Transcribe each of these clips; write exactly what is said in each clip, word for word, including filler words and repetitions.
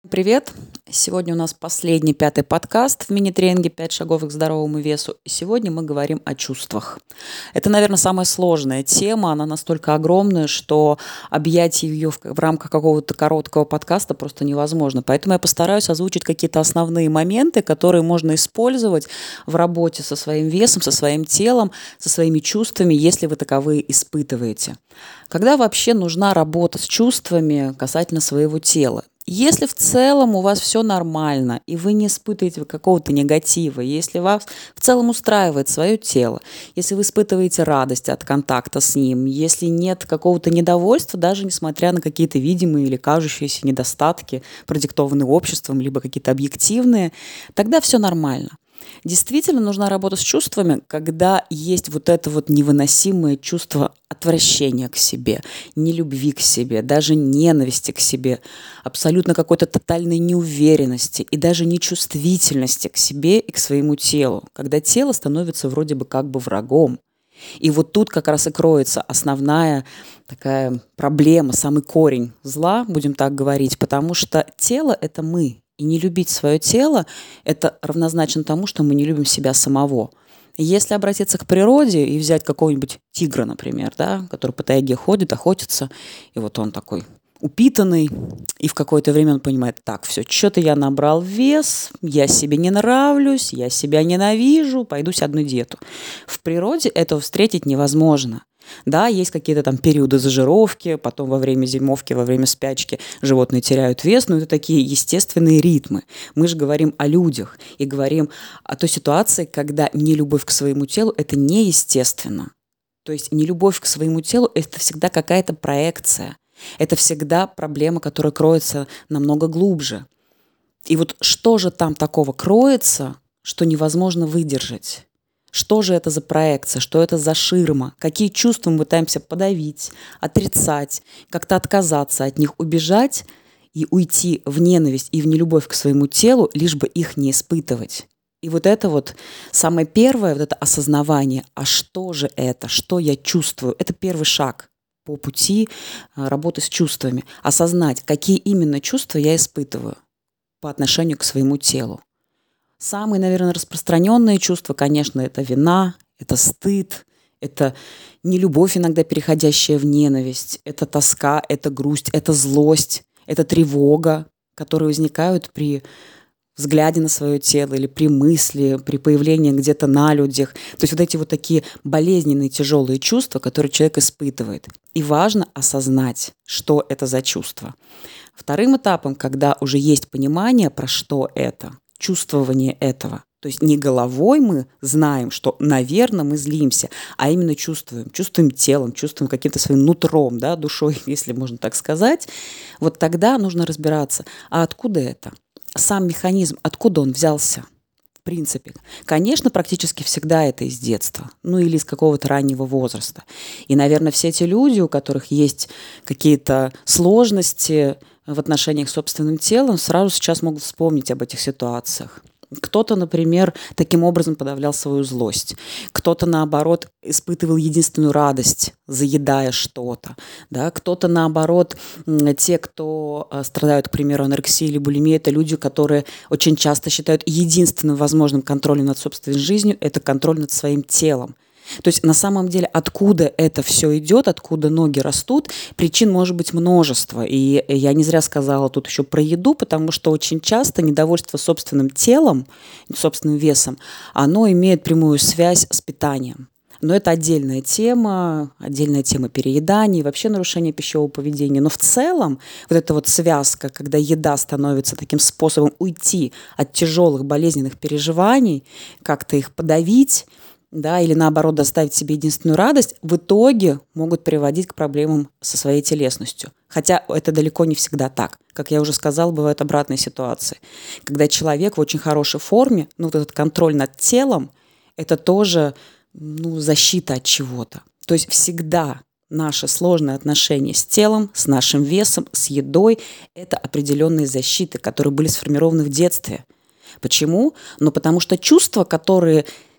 Привет! Сегодня у нас последний, пятый подкаст в мини-тренинге «пять шагов к здоровому весу». И сегодня мы говорим о чувствах. Это, наверное, самая сложная тема. Она настолько огромная, что объять ее в, в рамках какого-то короткого подкаста просто невозможно. Поэтому я постараюсь озвучить какие-то основные моменты, которые можно использовать в работе со своим весом, со своим телом, со своими чувствами, если вы таковые испытываете. Когда вообще нужна работа с чувствами касательно своего тела? Если в целом у вас все нормально, и вы не испытываете какого-то негатива, если вас в целом устраивает свое тело, если вы испытываете радость от контакта с ним, если нет какого-то недовольства, даже несмотря на какие-то видимые или кажущиеся недостатки, продиктованные обществом, либо какие-то объективные, тогда все нормально. Действительно нужна работа с чувствами, когда есть вот это вот невыносимое чувство отвращения к себе, нелюбви к себе, даже ненависти к себе, абсолютно какой-то тотальной неуверенности и даже нечувствительности к себе и к своему телу, когда тело становится вроде бы как бы врагом. И вот тут как раз и кроется основная такая проблема, самый корень зла, будем так говорить, потому что тело – это мы. И не любить свое тело – это равнозначно тому, что мы не любим себя самого. Если обратиться к природе и взять какого-нибудь тигра, например, да, который по тайге ходит, охотится, и вот он такой упитанный, и в какое-то время он понимает: так, все, что-то я набрал вес, я себе не нравлюсь, я себя ненавижу, пойду сяду на диету. В природе этого встретить невозможно. Да, есть какие-то там периоды зажировки, потом во время зимовки, во время спячки животные теряют вес, но это такие естественные ритмы. Мы же говорим о людях и говорим о той ситуации, когда нелюбовь к своему телу – это неестественно. То есть нелюбовь к своему телу – это всегда какая-то проекция. Это всегда проблема, которая кроется намного глубже. И вот что же там такого кроется, что невозможно выдержать? Что же это за проекция, что это за ширма, какие чувства мы пытаемся подавить, отрицать, как-то отказаться от них, убежать и уйти в ненависть и в нелюбовь к своему телу, лишь бы их не испытывать. И вот это вот самое первое, вот это осознавание, а что же это, что я чувствую, это первый шаг по пути работы с чувствами. Осознать, какие именно чувства я испытываю по отношению к своему телу. Самые, наверное, распространенные чувства, конечно, это вина, это стыд, это нелюбовь, иногда переходящая в ненависть, это тоска, это грусть, это злость, это тревога, которые возникают при взгляде на свое тело или при мысли, при появлении где-то на людях. То есть вот эти вот такие болезненные, тяжелые чувства, которые человек испытывает. И важно осознать, что это за чувство. Вторым этапом, когда уже есть понимание, про что это, чувствование этого. То есть не головой мы знаем, что, наверное, мы злимся, а именно чувствуем. Чувствуем телом, чувствуем каким-то своим нутром, да, душой, если можно так сказать. Вот тогда нужно разбираться, а откуда это? Сам механизм, откуда он взялся? В принципе. Конечно, практически всегда это из детства, ну или из какого-то раннего возраста. И, наверное, все эти люди, у которых есть какие-то сложности в отношениях с собственным телом, сразу сейчас могут вспомнить об этих ситуациях. Кто-то, например, таким образом подавлял свою злость. Кто-то, наоборот, испытывал единственную радость, заедая что-то. Да? Кто-то, наоборот, те, кто страдают, к примеру, анорексией или булимией, это люди, которые очень часто считают единственным возможным контролем над собственной жизнью – это контроль над своим телом. То есть на самом деле откуда это все идет, откуда ноги растут, причин может быть множество. И я не зря сказала тут еще про еду, потому что очень часто недовольство собственным телом, собственным весом, оно имеет прямую связь с питанием. Но это отдельная тема, отдельная тема переедания и вообще нарушения пищевого поведения. Но в целом вот эта вот связка, когда еда становится таким способом уйти от тяжелых болезненных переживаний, как-то их подавить, да, или наоборот доставить себе единственную радость, в итоге могут приводить к проблемам со своей телесностью. Хотя это далеко не всегда так. Как я уже сказала, бывают обратные ситуации. Когда человек в очень хорошей форме, ну вот этот контроль над телом, это тоже ну, защита от чего-то. То есть всегда наше сложное отношение с телом, с нашим весом, с едой – это определенные защиты, которые были сформированы в детстве. Почему? Ну потому что чувства, которые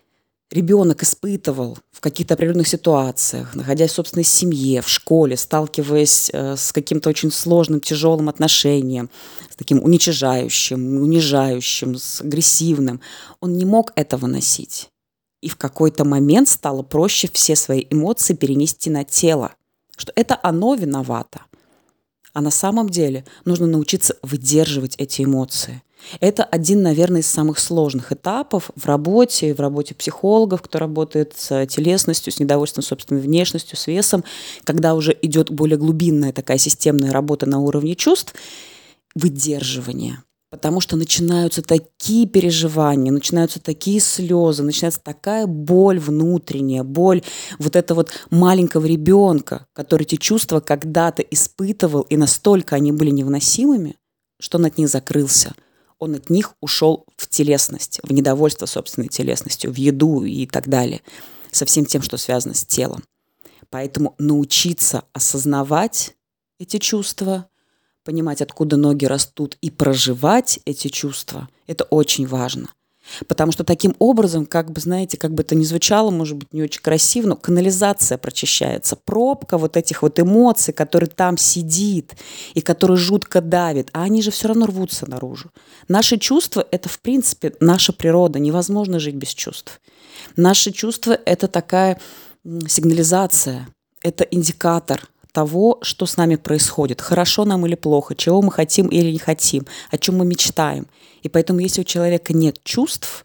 ребенок испытывал в каких-то определенных ситуациях, находясь в собственной семье, в школе, сталкиваясь э, с каким-то очень сложным, тяжелым отношением, с таким уничижающим, унижающим, с агрессивным, он не мог этого носить. И в какой-то момент стало проще все свои эмоции перенести на тело, что это оно виновато. А на самом деле нужно научиться выдерживать эти эмоции. Это один, наверное, из самых сложных этапов в работе, в работе психологов, кто работает с телесностью, с недовольством собственной внешностью, с весом, когда уже идет более глубинная такая системная работа на уровне чувств, выдерживание. Потому что начинаются такие переживания, начинаются такие слезы, начинается такая боль внутренняя, боль вот этого вот маленького ребенка, который эти чувства когда-то испытывал, и настолько они были невыносимыми, что он от них закрылся. Он от них ушел в телесность, в недовольство собственной телесностью, в еду и так далее, со всем тем, что связано с телом. Поэтому научиться осознавать эти чувства, понимать, откуда ноги растут, и проживать эти чувства, это очень важно. Потому что таким образом, как бы, знаете, как бы это ни звучало, может быть, не очень красиво, но канализация прочищается. Пробка вот этих вот эмоций, который там сидит и который жутко давит, а они же все равно рвутся наружу. Наши чувства – это, в принципе, наша природа. Невозможно жить без чувств. Наши чувства – это такая сигнализация, это индикатор того, что с нами происходит, хорошо нам или плохо, чего мы хотим или не хотим, о чем мы мечтаем. И поэтому, если у человека нет чувств,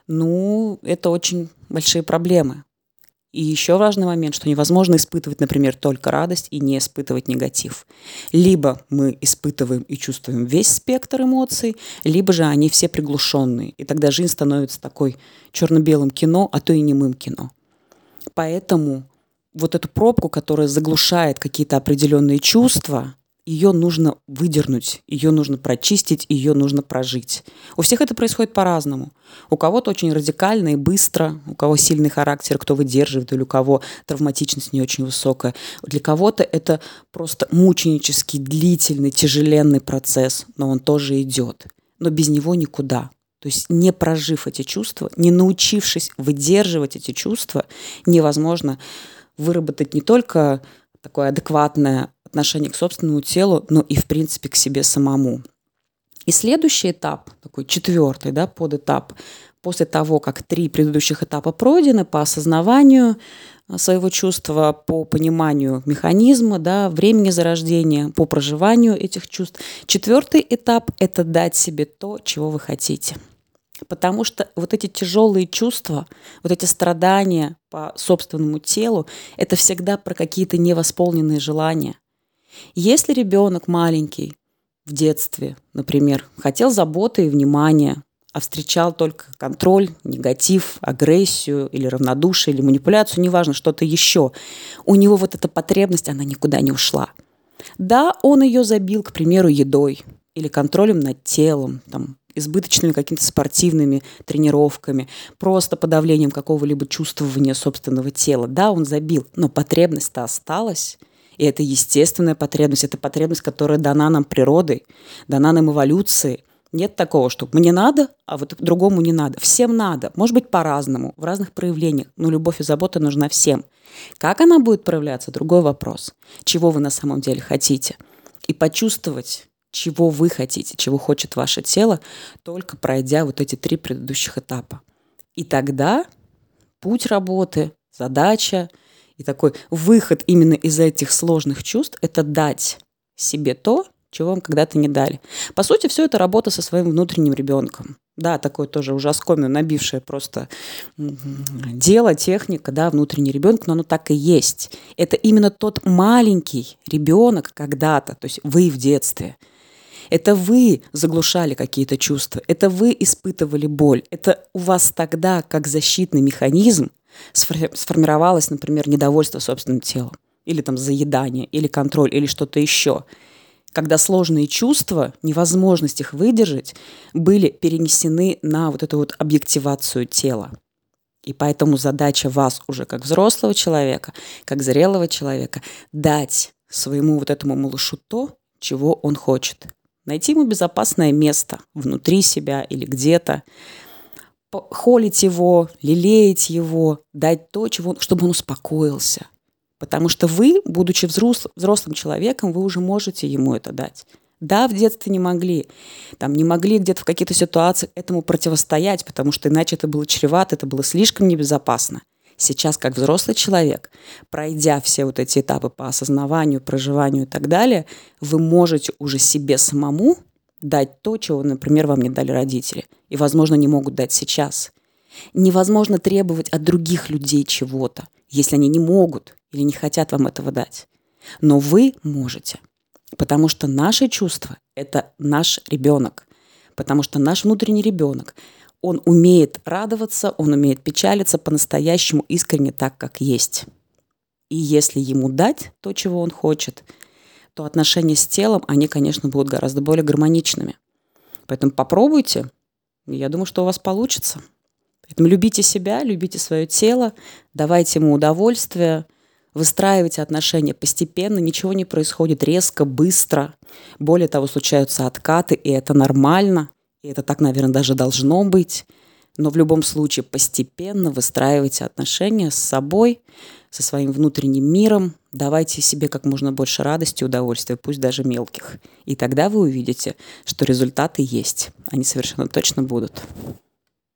ну, это очень большие проблемы. И еще важный момент, что невозможно испытывать, например, только радость и не испытывать негатив. Либо мы испытываем и чувствуем весь спектр эмоций, либо же они все приглушенные. И тогда жизнь становится такой черно-белым кино, а то и немым кино. Поэтому вот эту пробку, которая заглушает какие-то определенные чувства, ее нужно выдернуть, ее нужно прочистить, ее нужно прожить. У всех это происходит по-разному. У кого-то очень радикально и быстро, у кого сильный характер, кто выдерживает, или у кого травматичность не очень высокая. Для кого-то это просто мученический, длительный, тяжеленный процесс, но он тоже идет. Но без него никуда. То есть не прожив эти чувства, не научившись выдерживать эти чувства, невозможно выработать не только такое адекватное отношение к собственному телу, но и, в принципе, к себе самому. И следующий этап, такой четвертый, да, подэтап, после того, как три предыдущих этапа пройдены по осознаванию своего чувства, по пониманию механизма, да, времени зарождения, по проживанию этих чувств. Четвертый этап – это дать себе то, чего вы хотите. Потому что вот эти тяжелые чувства, вот эти страдания по собственному телу, это всегда про какие-то невосполненные желания. Если ребенок маленький в детстве, например, хотел заботы и внимания, а встречал только контроль, негатив, агрессию или равнодушие, или манипуляцию, неважно, что-то еще, у него вот эта потребность, она никуда не ушла. Да, он ее забил, к примеру, едой или контролем над телом, там, избыточными какими-то спортивными тренировками, просто подавлением какого-либо чувствования собственного тела. Да, он забил, но потребность-то осталась. И это естественная потребность, это потребность, которая дана нам природой, дана нам эволюцией. Нет такого, что мне надо, а вот другому не надо. Всем надо. Может быть, по-разному, в разных проявлениях, но любовь и забота нужна всем. Как она будет проявляться, другой вопрос. Чего вы на самом деле хотите? И почувствовать, чего вы хотите, чего хочет ваше тело, только пройдя вот эти три предыдущих этапа. И тогда путь работы, задача и такой выход именно из этих сложных чувств – это дать себе то, чего вам когда-то не дали. По сути, все это работа со своим внутренним ребенком. Да, такое тоже уже оскомину набившее просто дело, техника, да, внутренний ребенок, но оно так и есть. Это именно тот маленький ребенок когда-то, то есть вы в детстве. Это вы заглушали какие-то чувства, это вы испытывали боль. Это у вас тогда, как защитный механизм, сформировалось, например, недовольство собственным телом, или там заедание, или контроль, или что-то еще. Когда сложные чувства, невозможность их выдержать, были перенесены на вот эту вот объективацию тела. И поэтому задача вас уже как взрослого человека, как зрелого человека, дать своему вот этому малышу то, чего он хочет. Найти ему безопасное место внутри себя или где-то, холить его, лелеять его, дать то, чего, чтобы он успокоился. Потому что вы, будучи взрослым, взрослым человеком, вы уже можете ему это дать. Да, в детстве не могли. Там не могли где-то в каких-то ситуациях этому противостоять, потому что иначе это было чревато, это было слишком небезопасно. Сейчас, как взрослый человек, пройдя все вот эти этапы по осознаванию, проживанию и так далее, вы можете уже себе самому дать то, чего, например, вам не дали родители. И, возможно, не могут дать сейчас. Невозможно требовать от других людей чего-то, если они не могут или не хотят вам этого дать. Но вы можете. Потому что наши чувства – это наш ребенок. Потому что наш внутренний ребенок, он умеет радоваться, он умеет печалиться по-настоящему искренне так, как есть. И если ему дать то, чего он хочет, то отношения с телом, они, конечно, будут гораздо более гармоничными. Поэтому попробуйте. Я думаю, что у вас получится. Поэтому любите себя, любите свое тело, давайте ему удовольствие, выстраивайте отношения постепенно, ничего не происходит резко, быстро. Более того, случаются откаты, и это нормально, и это так, наверное, даже должно быть. Но в любом случае постепенно выстраивайте отношения с собой, со своим внутренним миром. Давайте себе как можно больше радости и удовольствия, пусть даже мелких. И тогда вы увидите, что результаты есть. Они совершенно точно будут.